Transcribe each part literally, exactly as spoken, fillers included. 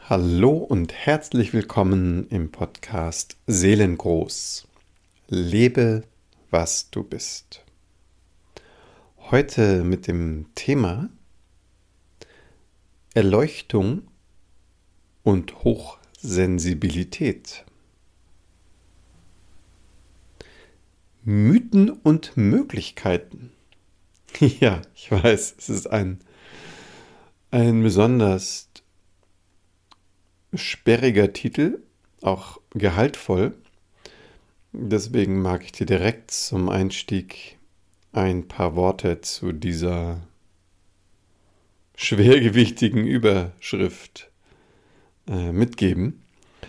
Hallo und herzlich willkommen im Podcast Seelengroß. Lebe, was du bist. Heute mit dem Thema Erleuchtung und Hochsensibilität. Mythen und Möglichkeiten. Ja, ich weiß, es ist ein, ein besonders sperriger Titel, auch gehaltvoll. Deswegen mag ich dir direkt zum Einstieg ein paar Worte zu dieser schwergewichtigen Überschrift äh, mitgeben.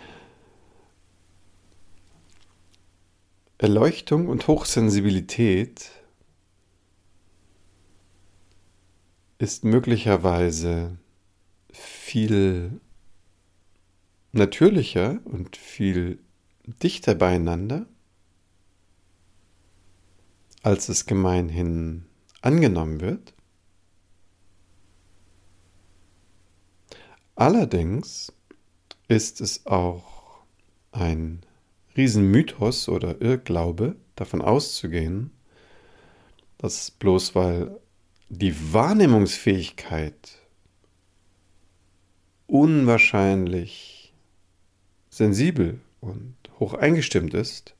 Erleuchtung und Hochsensibilität ist möglicherweise viel natürlicher und viel dichter beieinander, als es gemeinhin angenommen wird. Allerdings ist es auch ein Riesenmythos oder Irrglaube, davon auszugehen, dass bloß weil die Wahrnehmungsfähigkeit unwahrscheinlich sensibel und hoch eingestimmt ist,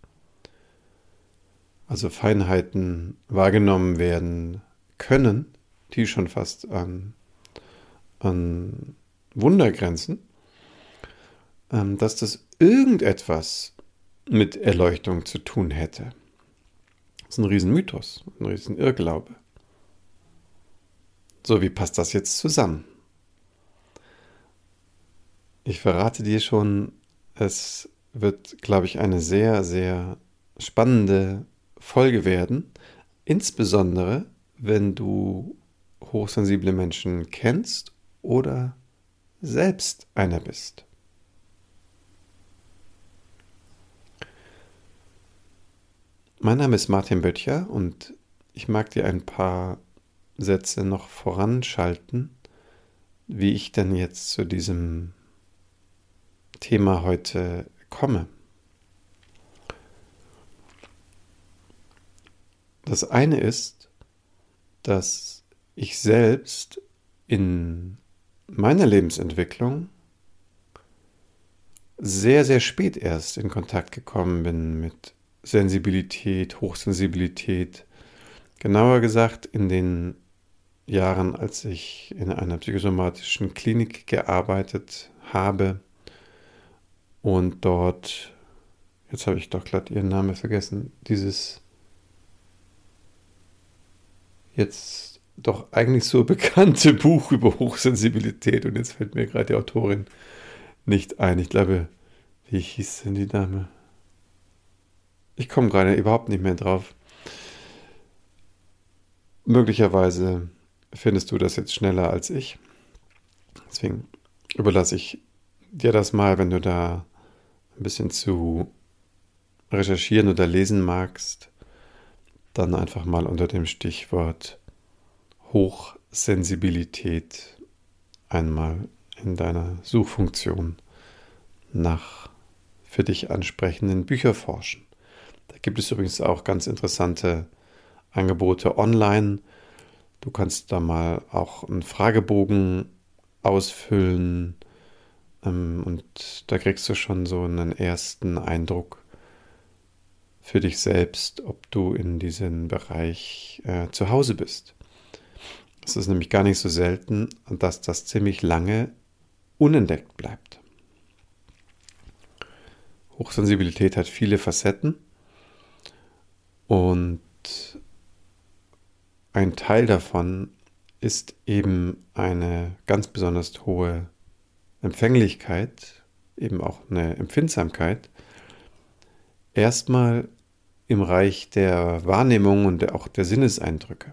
also Feinheiten wahrgenommen werden können, die schon fast an, an Wunder grenzen, dass das irgendetwas mit Erleuchtung zu tun hätte. Das ist ein Riesenmythos, ein Riesenirrglaube. So, wie passt das jetzt zusammen? Ich verrate dir schon, es wird, glaube ich, eine sehr, sehr spannende Folge werden, insbesondere wenn du hochsensible Menschen kennst oder selbst einer bist. Mein Name ist Martin Böttcher und ich mag dir ein paar Sätze noch voranschalten, wie ich denn jetzt zu diesem Thema heute komme. Das eine ist, dass ich selbst in meiner Lebensentwicklung sehr, sehr spät erst in Kontakt gekommen bin mit Sensibilität, Hochsensibilität. Genauer gesagt in den Jahren, als ich in einer psychosomatischen Klinik gearbeitet habe und dort, jetzt habe ich doch glatt ihren Namen vergessen, dieses jetzt doch eigentlich so bekannte Buch über Hochsensibilität, und jetzt fällt mir gerade die Autorin nicht ein. Ich glaube, wie hieß denn die Dame? Ich komme gerade überhaupt nicht mehr drauf. Möglicherweise findest du das jetzt schneller als ich. Deswegen überlasse ich dir das mal, wenn du da ein bisschen zu recherchieren oder lesen magst, dann einfach mal unter dem Stichwort Hochsensibilität einmal in deiner Suchfunktion nach für dich ansprechenden Büchern forschen. Da gibt es übrigens auch ganz interessante Angebote online. Du kannst da mal auch einen Fragebogen ausfüllen ähm, und da kriegst du schon so einen ersten Eindruck für dich selbst, ob du in diesem Bereich äh, zu Hause bist. Es ist nämlich gar nicht so selten, dass das ziemlich lange unentdeckt bleibt. Hochsensibilität hat viele Facetten und ein Teil davon ist eben eine ganz besonders hohe Empfänglichkeit, eben auch eine Empfindsamkeit, erstmal im Reich der Wahrnehmung und auch der Sinneseindrücke.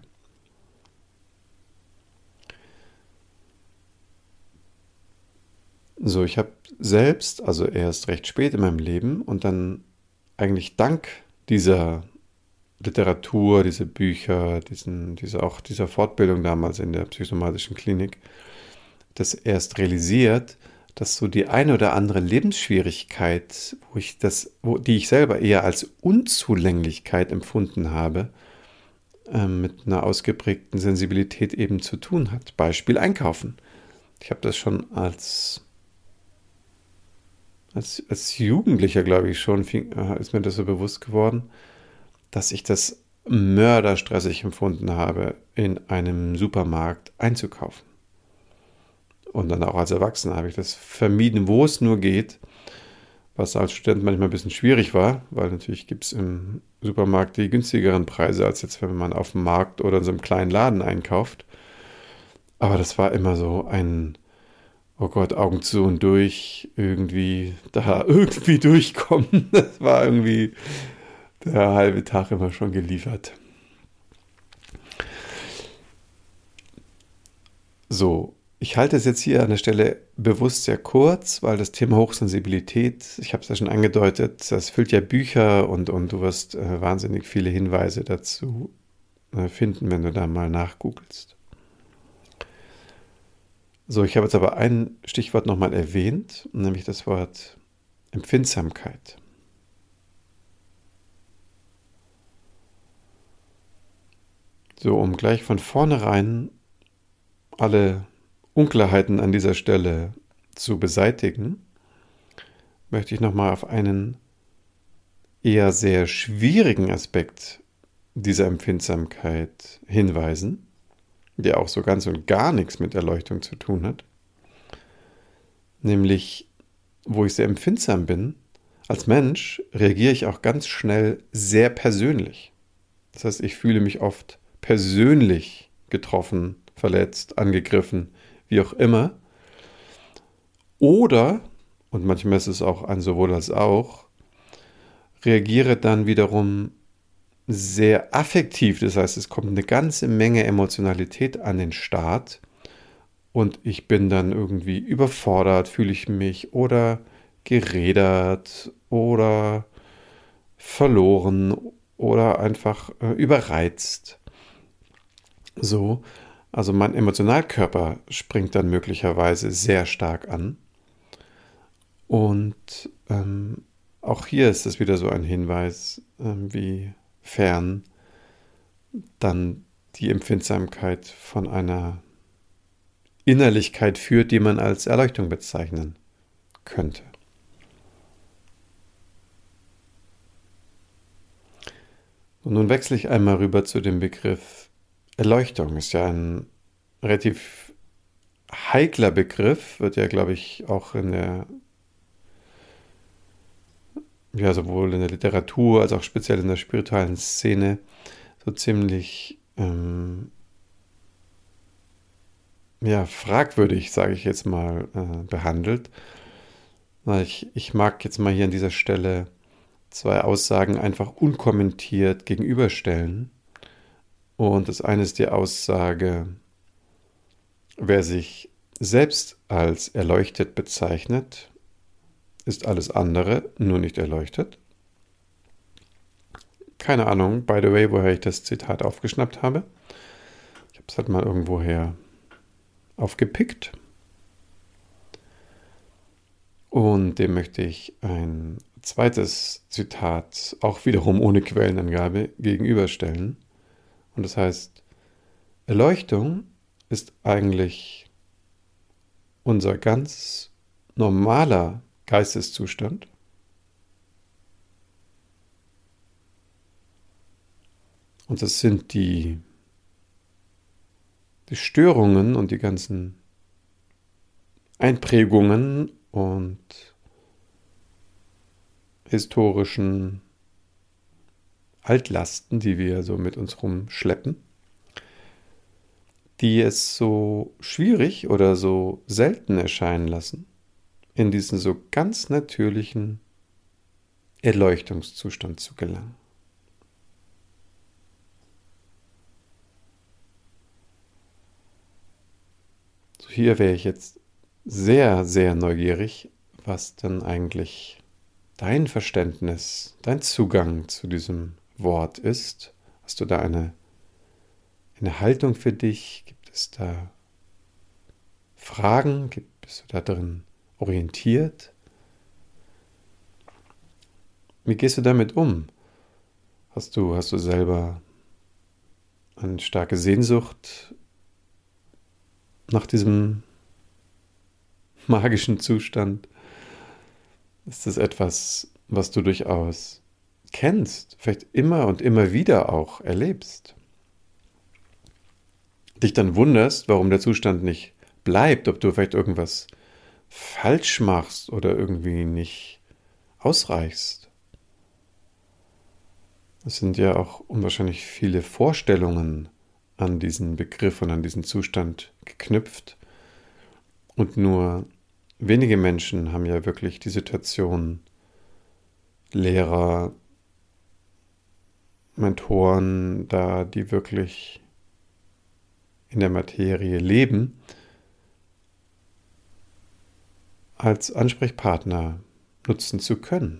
So, ich habe selbst, also erst recht spät in meinem Leben und dann eigentlich dank dieser Literatur, diese Bücher, diesen, diese, auch dieser Fortbildung damals in der psychosomatischen Klinik, das erst realisiert, dass so die eine oder andere Lebensschwierigkeit, wo ich das, wo, die ich selber eher als Unzulänglichkeit empfunden habe, äh, mit einer ausgeprägten Sensibilität eben zu tun hat. Beispiel Einkaufen. Ich habe das schon als, als, als Jugendlicher, glaube ich, schon, fing, äh, ist mir das so bewusst geworden, dass ich das mörderstressig empfunden habe, in einem Supermarkt einzukaufen. Und dann auch als Erwachsener habe ich das vermieden, wo es nur geht, was als Student manchmal ein bisschen schwierig war, weil natürlich gibt es im Supermarkt die günstigeren Preise, als jetzt, wenn man auf dem Markt oder in so einem kleinen Laden einkauft. Aber das war immer so ein, oh Gott, Augen zu und durch, irgendwie da irgendwie durchkommen. Das war irgendwie der halbe Tag immer schon geliefert. So, ich halte es jetzt hier an der Stelle bewusst sehr kurz, weil das Thema Hochsensibilität, ich habe es ja schon angedeutet, das füllt ja Bücher und, und du wirst äh, wahnsinnig viele Hinweise dazu äh, finden, wenn du da mal nachgoogelst. So, ich habe jetzt aber ein Stichwort nochmal erwähnt, nämlich das Wort Empfindsamkeit. So, um gleich von vornherein alle Unklarheiten an dieser Stelle zu beseitigen, möchte ich nochmal auf einen eher sehr schwierigen Aspekt dieser Empfindsamkeit hinweisen, der auch so ganz und gar nichts mit Erleuchtung zu tun hat, nämlich, wo ich sehr empfindsam bin, als Mensch reagiere ich auch ganz schnell sehr persönlich. Das heißt, ich fühle mich oft persönlich getroffen, verletzt, angegriffen, wie auch immer. Oder, und manchmal ist es auch ein sowohl als auch, reagiere dann wiederum sehr affektiv. Das heißt, es kommt eine ganze Menge Emotionalität an den Start und ich bin dann irgendwie überfordert, fühle ich mich, oder gerädert oder verloren oder einfach äh, überreizt. So, also mein Emotionalkörper springt dann möglicherweise sehr stark an. Und ähm, auch hier ist es wieder so ein Hinweis, ähm, wie fern dann die Empfindsamkeit von einer Innerlichkeit führt, die man als Erleuchtung bezeichnen könnte. Und nun wechsle ich einmal rüber zu dem Begriff Erleuchtung. Ist ja ein relativ heikler Begriff, wird ja, glaube ich, auch in der, ja, sowohl in der Literatur als auch speziell in der spirituellen Szene so ziemlich ähm, ja, fragwürdig, sage ich jetzt mal, äh, behandelt. Weil ich, ich mag jetzt mal hier an dieser Stelle zwei Aussagen einfach unkommentiert gegenüberstellen. Und das eine ist die Aussage, wer sich selbst als erleuchtet bezeichnet, ist alles andere, nur nicht erleuchtet. Keine Ahnung, by the way, woher ich das Zitat aufgeschnappt habe. Ich habe es halt mal irgendwoher aufgepickt. Und dem möchte ich ein zweites Zitat, auch wiederum ohne Quellenangabe, gegenüberstellen. Und das heißt, Erleuchtung ist eigentlich unser ganz normaler Geisteszustand. Und das sind die, die Störungen und die ganzen Einprägungen und historischen Altlasten, die wir so mit uns rumschleppen, die es so schwierig oder so selten erscheinen lassen, in diesen so ganz natürlichen Erleuchtungszustand zu gelangen. So, hier wäre ich jetzt sehr, sehr neugierig, was denn eigentlich dein Verständnis, dein Zugang zu diesem Wort ist. Hast du da eine, eine Haltung für dich? Gibt es da Fragen? Gibt, bist du da drin orientiert? Wie gehst du damit um? Hast du, hast du selber eine starke Sehnsucht nach diesem magischen Zustand? Ist das etwas, was du durchaus kennst, vielleicht immer und immer wieder auch erlebst? Dich dann wunderst, warum der Zustand nicht bleibt, ob du vielleicht irgendwas falsch machst oder irgendwie nicht ausreichst. Es sind ja auch unwahrscheinlich viele Vorstellungen an diesen Begriff und an diesen Zustand geknüpft. Und nur wenige Menschen haben ja wirklich die Situation, Lehrer, Mentoren, da die wirklich in der Materie leben, als Ansprechpartner nutzen zu können.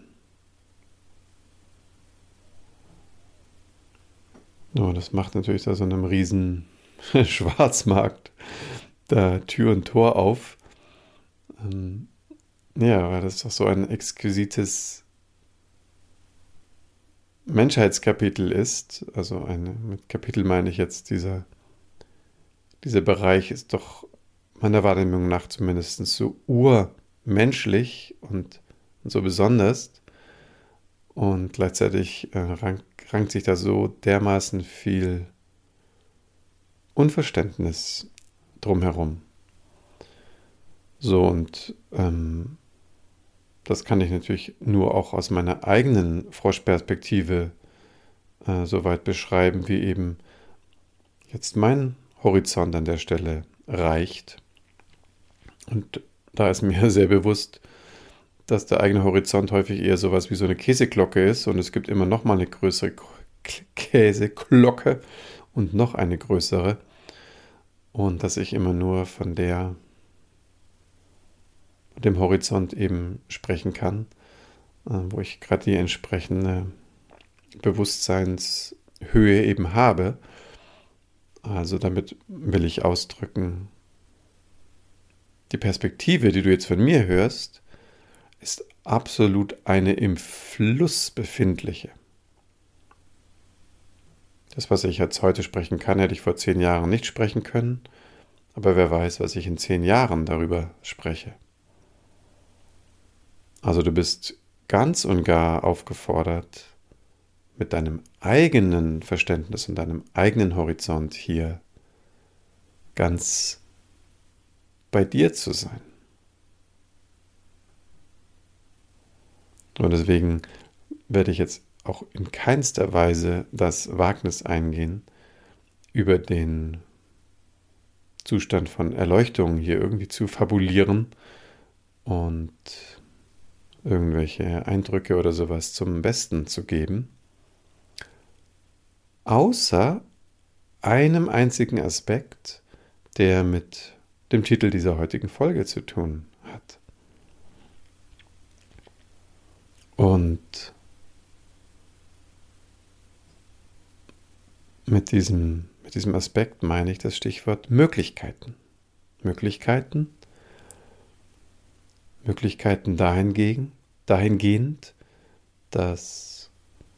Oh, das macht natürlich da so einem riesen Schwarzmarkt da Tür und Tor auf. Ähm, ja, weil das doch so ein exquisites Menschheitskapitel ist. Also eine, mit Kapitel meine ich jetzt, dieser, dieser Bereich ist doch meiner Wahrnehmung nach zumindest so urmenschlich und, und so besonders. Und gleichzeitig äh, rankt, rankt sich da so dermaßen viel Unverständnis drumherum. So, und ähm, das kann ich natürlich nur auch aus meiner eigenen Froschperspektive äh, soweit beschreiben, wie eben jetzt mein Horizont an der Stelle reicht. Und da ist mir sehr bewusst, dass der eigene Horizont häufig eher sowas wie so eine Käseglocke ist und es gibt immer noch mal eine größere Käseglocke und noch eine größere und dass ich immer nur von der dem Horizont eben sprechen kann, wo ich gerade die entsprechende Bewusstseinshöhe eben habe. Also damit will ich ausdrücken, die Perspektive, die du jetzt von mir hörst, ist absolut eine im Fluss befindliche. Das, was ich jetzt heute sprechen kann, hätte ich vor zehn Jahren nicht sprechen können, aber wer weiß, was ich in zehn Jahren darüber spreche. Also du bist ganz und gar aufgefordert, mit deinem eigenen Verständnis und deinem eigenen Horizont hier ganz bei dir zu sein. Und deswegen werde ich jetzt auch in keinster Weise das Wagnis eingehen, über den Zustand von Erleuchtung hier irgendwie zu fabulieren und irgendwelche Eindrücke oder sowas zum Besten zu geben, außer einem einzigen Aspekt, der mit dem Titel dieser heutigen Folge zu tun hat. Und mit diesem, mit diesem Aspekt meine ich das Stichwort Möglichkeiten. Möglichkeiten, Möglichkeiten dahingehend, dahingehend, dass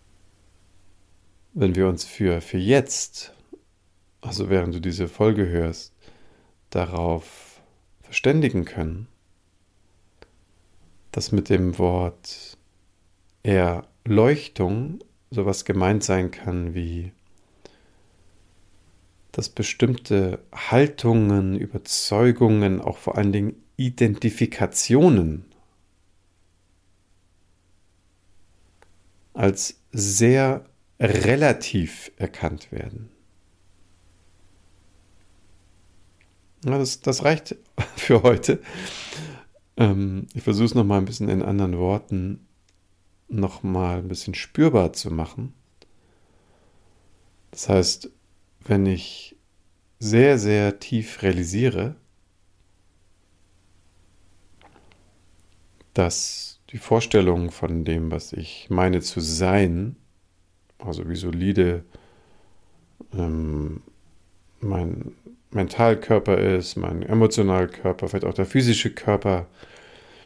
wenn wir uns für, für jetzt, also während du diese Folge hörst, darauf verständigen können, dass mit dem Wort Erleuchtung sowas gemeint sein kann wie, dass bestimmte Haltungen, Überzeugungen, auch vor allen Dingen Identifikationen als sehr relativ erkannt werden. Ja, das, das reicht für heute. Ähm, ich versuche es nochmal ein bisschen in anderen Worten nochmal ein bisschen spürbar zu machen. Das heißt, wenn ich sehr, sehr tief realisiere, dass die Vorstellung von dem, was ich meine zu sein, also wie solide ähm, mein Mentalkörper ist, mein Emotionalkörper, vielleicht auch der physische Körper,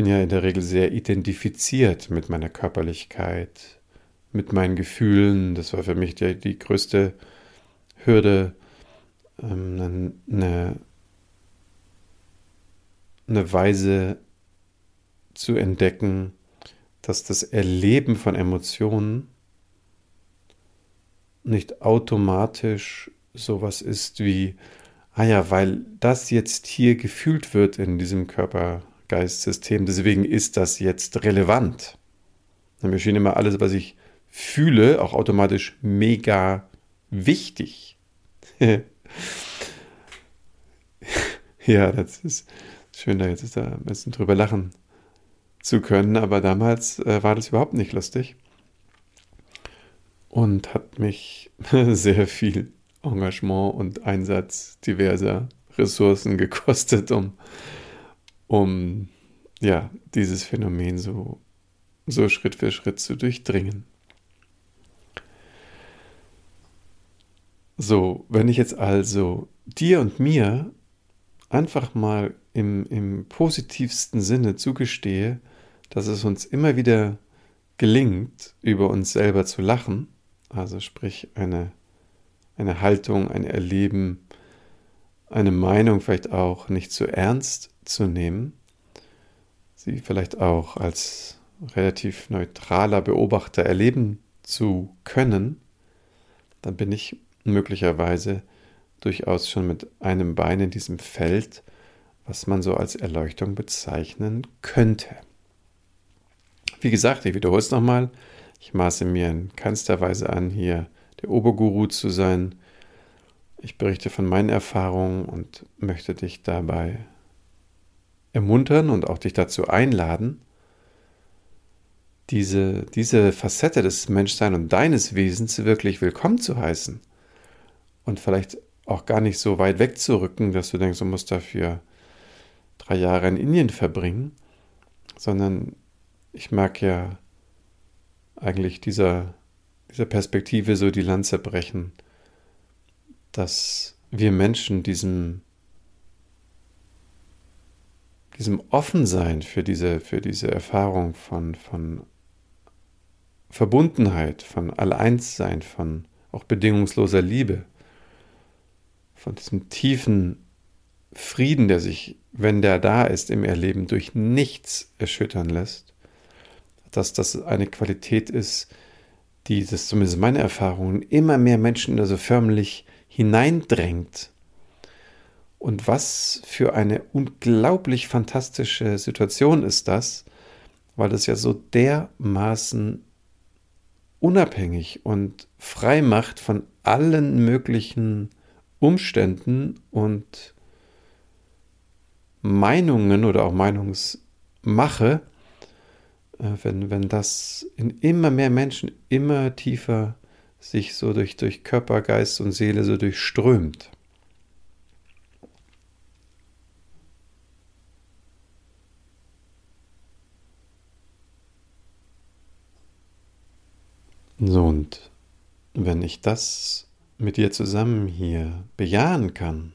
bin ja in der Regel sehr identifiziert mit meiner Körperlichkeit, mit meinen Gefühlen. Das war für mich die, die größte Hürde, ähm, eine, eine Weise zu entdecken, dass das Erleben von Emotionen nicht automatisch sowas ist wie, ah ja, weil das jetzt hier gefühlt wird in diesem Körper-Geist-System, deswegen ist das jetzt relevant. Mir schien immer alles, was ich fühle, auch automatisch mega wichtig. Ja, das ist schön, da jetzt da ein bisschen drüber lachen zu können, aber damals äh, war das überhaupt nicht lustig und hat mich sehr viel Engagement und Einsatz diverser Ressourcen gekostet, um, um ja, dieses Phänomen so, so Schritt für Schritt zu durchdringen. So, wenn ich jetzt also dir und mir einfach mal im, im positivsten Sinne zugestehe, dass es uns immer wieder gelingt, über uns selber zu lachen, also sprich eine, eine Haltung, ein Erleben, eine Meinung vielleicht auch nicht zu ernst zu nehmen, sie vielleicht auch als relativ neutraler Beobachter erleben zu können, dann bin ich möglicherweise durchaus schon mit einem Bein in diesem Feld, was man so als Erleuchtung bezeichnen könnte. Wie gesagt, ich wiederhole es nochmal, ich maße mir in keinster Weise an, hier der Oberguru zu sein. Ich berichte von meinen Erfahrungen und möchte dich dabei ermuntern und auch dich dazu einladen, diese, diese Facette des Menschseins und deines Wesens wirklich willkommen zu heißen und vielleicht auch gar nicht so weit wegzurücken, dass du denkst, du musst dafür drei Jahre in Indien verbringen, sondern ich mag ja eigentlich dieser, dieser Perspektive so die Lanze brechen, dass wir Menschen diesem, diesem Offensein für diese, für diese Erfahrung von, von Verbundenheit, von Alleinssein, von auch bedingungsloser Liebe, von diesem tiefen Frieden, der sich, wenn der da ist, im Erleben durch nichts erschüttern lässt, dass das eine Qualität ist, die, das ist zumindest meine Erfahrung, immer mehr Menschen da so förmlich hineindrängt. Und was für eine unglaublich fantastische Situation ist das, weil das ja so dermaßen unabhängig und frei macht von allen möglichen Umständen und Meinungen oder auch Meinungsmache, wenn, wenn das in immer mehr Menschen immer tiefer sich so durch, durch Körper, Geist und Seele so durchströmt. So, und wenn ich das mit dir zusammen hier bejahen kann,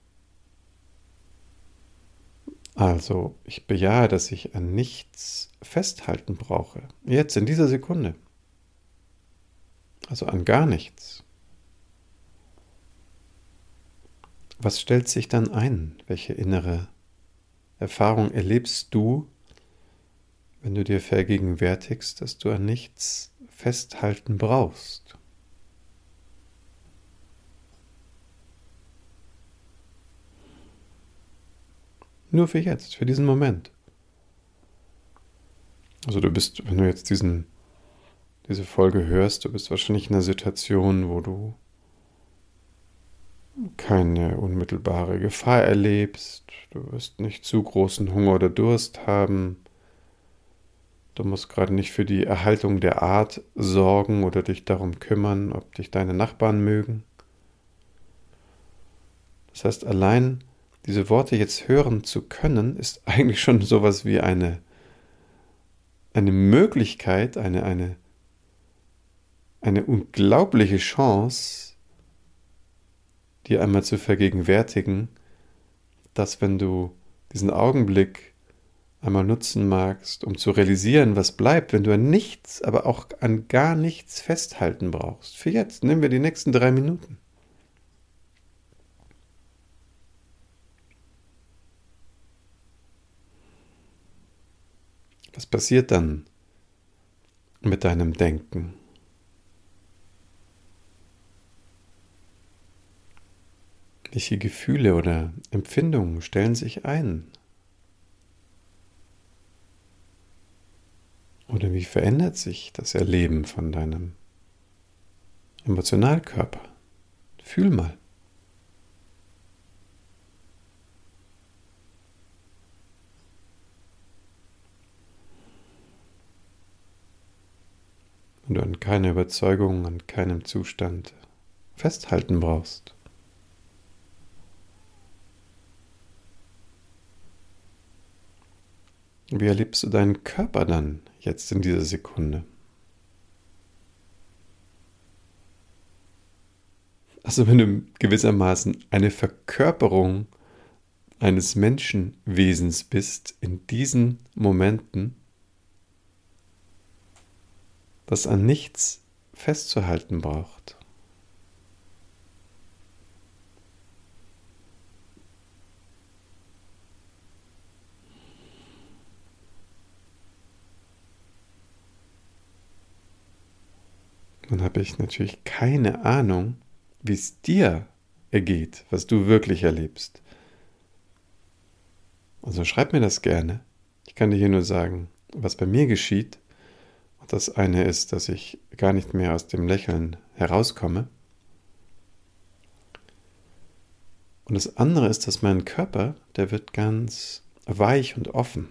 also ich bejahe, dass ich an nichts festhalten brauche, jetzt in dieser Sekunde, also an gar nichts. Was stellt sich dann ein? Welche innere Erfahrung erlebst du, wenn du dir vergegenwärtigst, dass du an nichts festhalten brauchst? Nur für jetzt, für diesen Moment. Also du bist, wenn du jetzt diesen, diese Folge hörst, du bist wahrscheinlich in einer Situation, wo du keine unmittelbare Gefahr erlebst, du wirst nicht zu großen Hunger oder Durst haben, du musst gerade nicht für die Erhaltung der Art sorgen oder dich darum kümmern, ob dich deine Nachbarn mögen. Das heißt, allein diese Worte jetzt hören zu können, ist eigentlich schon sowas wie eine, eine Möglichkeit, eine, eine, eine unglaubliche Chance, dir einmal zu vergegenwärtigen, dass wenn du diesen Augenblick einmal nutzen magst, um zu realisieren, was bleibt, wenn du an nichts, aber auch an gar nichts festhalten brauchst. Für jetzt, nehmen wir die nächsten drei Minuten. Was passiert dann mit deinem Denken? Welche Gefühle oder Empfindungen stellen sich ein? Oder wie verändert sich das Erleben von deinem Emotionalkörper? Fühl mal. Wenn du an keiner Überzeugung, an keinem Zustand festhalten brauchst. Wie erlebst du deinen Körper dann jetzt in dieser Sekunde? Also wenn du gewissermaßen eine Verkörperung eines Menschenwesens bist in diesen Momenten, das an nichts festzuhalten braucht. Dann habe ich natürlich keine Ahnung, wie es dir ergeht, was du wirklich erlebst. Also schreib mir das gerne. Ich kann dir hier nur sagen, was bei mir geschieht. Und das eine ist, dass ich gar nicht mehr aus dem Lächeln herauskomme. Und das andere ist, dass mein Körper, der wird ganz weich und offen.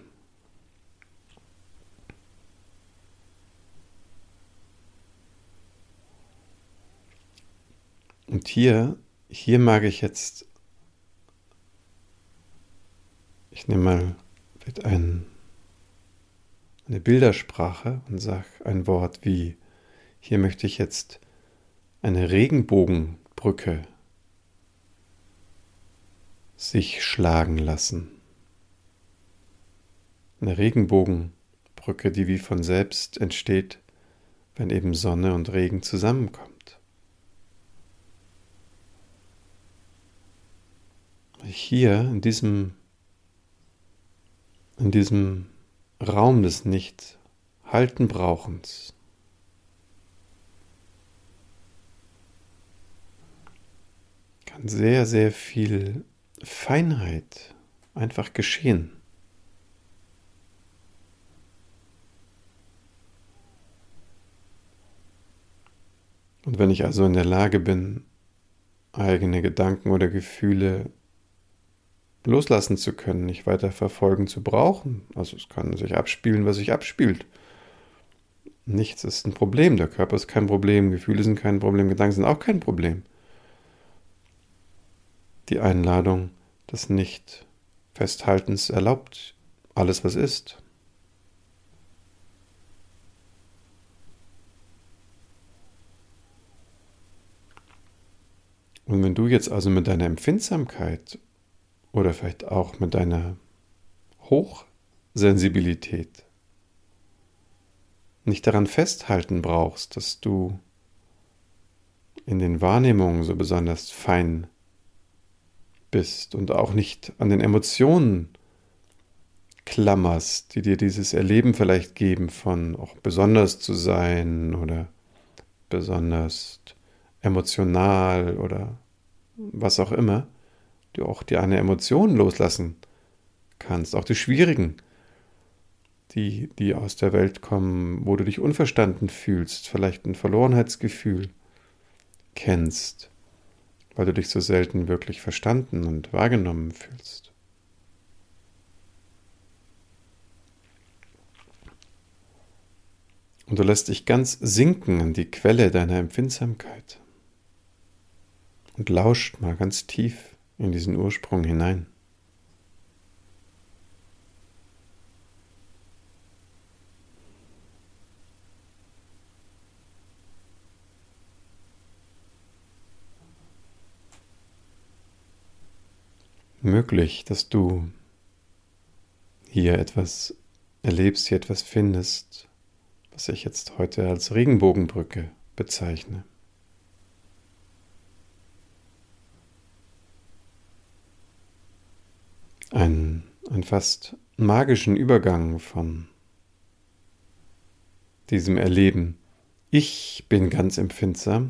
Und hier, hier mag ich jetzt, ich nehme mal ein, eine Bildersprache und sage ein Wort wie, hier möchte ich jetzt eine Regenbogenbrücke sich schlagen lassen. Eine Regenbogenbrücke, die wie von selbst entsteht, wenn eben Sonne und Regen zusammenkommt. Hier in diesem, in diesem Raum des Nicht-Halten-Brauchens kann sehr, sehr viel Feinheit einfach geschehen. Und wenn ich also in der Lage bin, eigene Gedanken oder Gefühle loslassen zu können, nicht weiter verfolgen zu brauchen, also es kann sich abspielen, was sich abspielt. Nichts ist ein Problem, der Körper ist kein Problem, Gefühle sind kein Problem, Gedanken sind auch kein Problem. Die Einladung des Nicht-Festhaltens erlaubt alles, was ist. Und wenn du jetzt also mit deiner Empfindsamkeit oder vielleicht auch mit deiner Hochsensibilität nicht daran festhalten brauchst, dass du in den Wahrnehmungen so besonders fein bist und auch nicht an den Emotionen klammerst, die dir dieses Erleben vielleicht geben von auch besonders zu sein oder besonders emotional oder was auch immer, du auch dir eine Emotion loslassen kannst, auch die schwierigen, die, die aus der Welt kommen, wo du dich unverstanden fühlst, vielleicht ein Verlorenheitsgefühl kennst, weil du dich so selten wirklich verstanden und wahrgenommen fühlst. Und du lässt dich ganz sinken an die Quelle deiner Empfindsamkeit und lauscht mal ganz tief in diesen Ursprung hinein. Möglich, dass du hier etwas erlebst, hier etwas findest, was ich jetzt heute als Regenbogenbrücke bezeichne. Ein, ein fast magischen Übergang von diesem Erleben. Ich bin ganz empfindsam,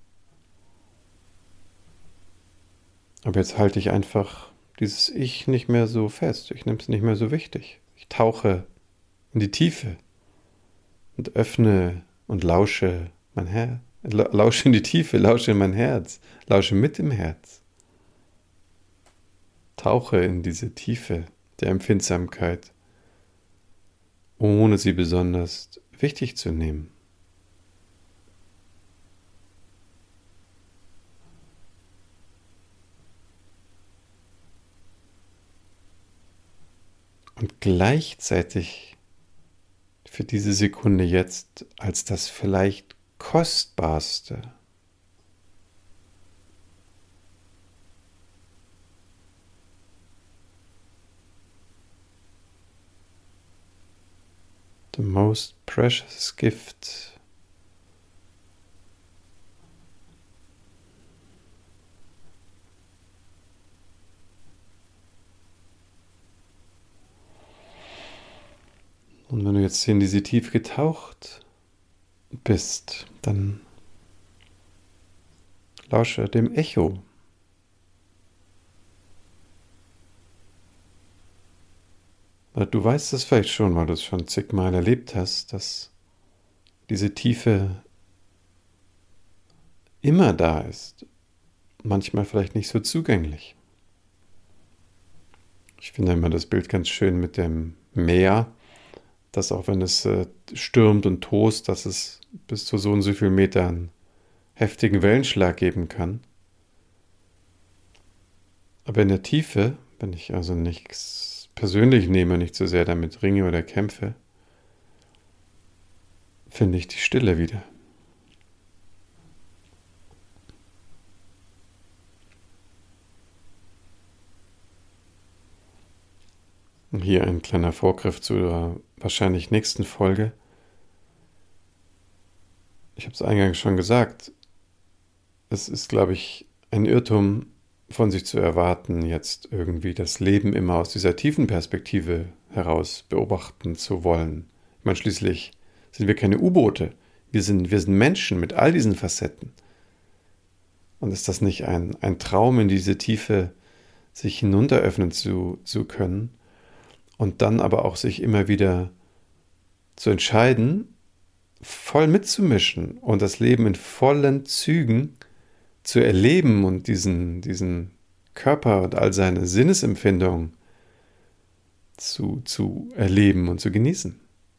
aber jetzt halte ich einfach dieses Ich nicht mehr so fest. Ich nehme es nicht mehr so wichtig. Ich tauche in die Tiefe und öffne und lausche mein Herz. Lausche in die Tiefe, lausche in mein Herz, lausche mit im Herz. Tauche in diese Tiefe der Empfindsamkeit, ohne sie besonders wichtig zu nehmen. Und gleichzeitig für diese Sekunde jetzt als das vielleicht Kostbarste, the most precious gift, und wenn du jetzt in diese Tiefe getaucht bist, dann lausche dem Echo. Du weißt es vielleicht schon, weil du es schon zigmal erlebt hast, dass diese Tiefe immer da ist, manchmal vielleicht nicht so zugänglich. Ich finde immer das Bild ganz schön mit dem Meer, dass auch wenn es äh, stürmt und tost, dass es bis zu so und so vielen Metern heftigen Wellenschlag geben kann. Aber in der Tiefe, wenn ich also nichts persönlich nehme, nicht so sehr damit ringe oder kämpfe, finde ich die Stille wieder. Und hier ein kleiner Vorgriff zur wahrscheinlich nächsten Folge. Ich habe es eingangs schon gesagt, es ist, glaube ich, ein Irrtum, von sich zu erwarten, jetzt irgendwie das Leben immer aus dieser tiefen Perspektive heraus beobachten zu wollen. Ich meine, schließlich sind wir keine U-Boote. Wir sind, wir sind Menschen mit all diesen Facetten. Und ist das nicht ein, ein Traum, in diese Tiefe sich hinunteröffnen zu, zu können und dann aber auch sich immer wieder zu entscheiden, voll mitzumischen und das Leben in vollen Zügen zu erleben und diesen, diesen Körper und all seine Sinnesempfindungen zu, zu erleben und zu genießen.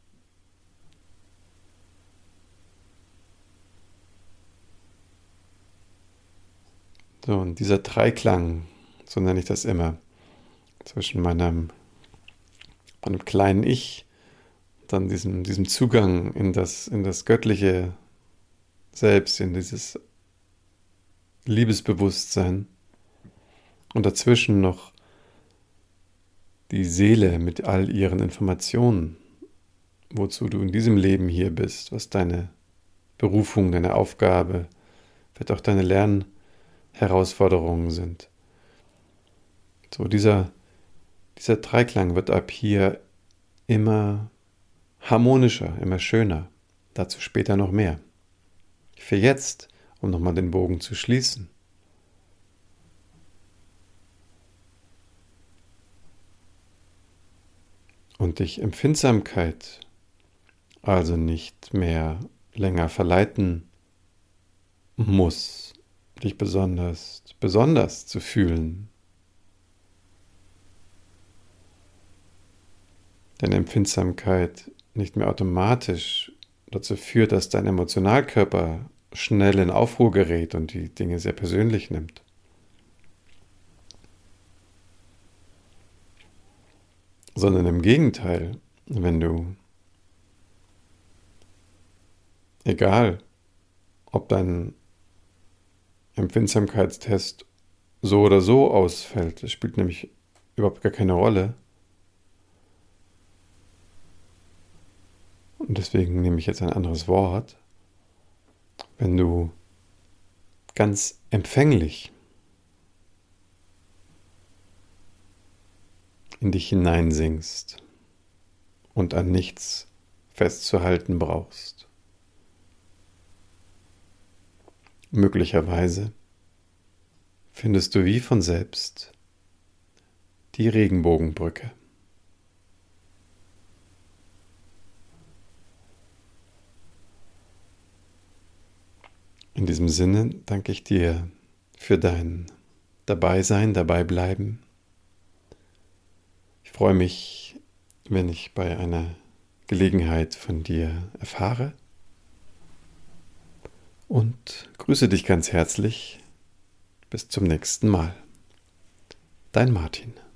So, und dieser Dreiklang, so nenne ich das immer, zwischen meinem, meinem kleinen Ich, dann diesem, diesem Zugang in das, in das göttliche Selbst, in dieses Liebesbewusstsein und dazwischen noch die Seele mit all ihren Informationen, wozu du in diesem Leben hier bist, was deine Berufung, deine Aufgabe, vielleicht auch deine Lernherausforderungen sind. So, dieser, dieser Dreiklang wird ab hier immer harmonischer, immer schöner. Dazu später noch mehr. Für jetzt, um nochmal den Bogen zu schließen. Und dich Empfindsamkeit also nicht mehr länger verleiten muss, dich besonders, besonders zu fühlen. Denn Empfindsamkeit nicht mehr automatisch dazu führt, dass dein Emotionalkörper schnell in Aufruhr gerät und die Dinge sehr persönlich nimmt. Sondern im Gegenteil, wenn du, egal ob dein Empfindsamkeitstest so oder so ausfällt, es spielt nämlich überhaupt gar keine Rolle, Und deswegen nehme ich jetzt ein anderes Wort. Wenn du ganz empfänglich in dich hineinsinkst und an nichts festzuhalten brauchst. Möglicherweise findest du wie von selbst die Regenbogenbrücke. In diesem Sinne danke ich dir für dein Dabeisein, Dabeibleiben. Ich freue mich, wenn ich bei einer Gelegenheit von dir erfahre und grüße dich ganz herzlich. Bis zum nächsten Mal. Dein Martin.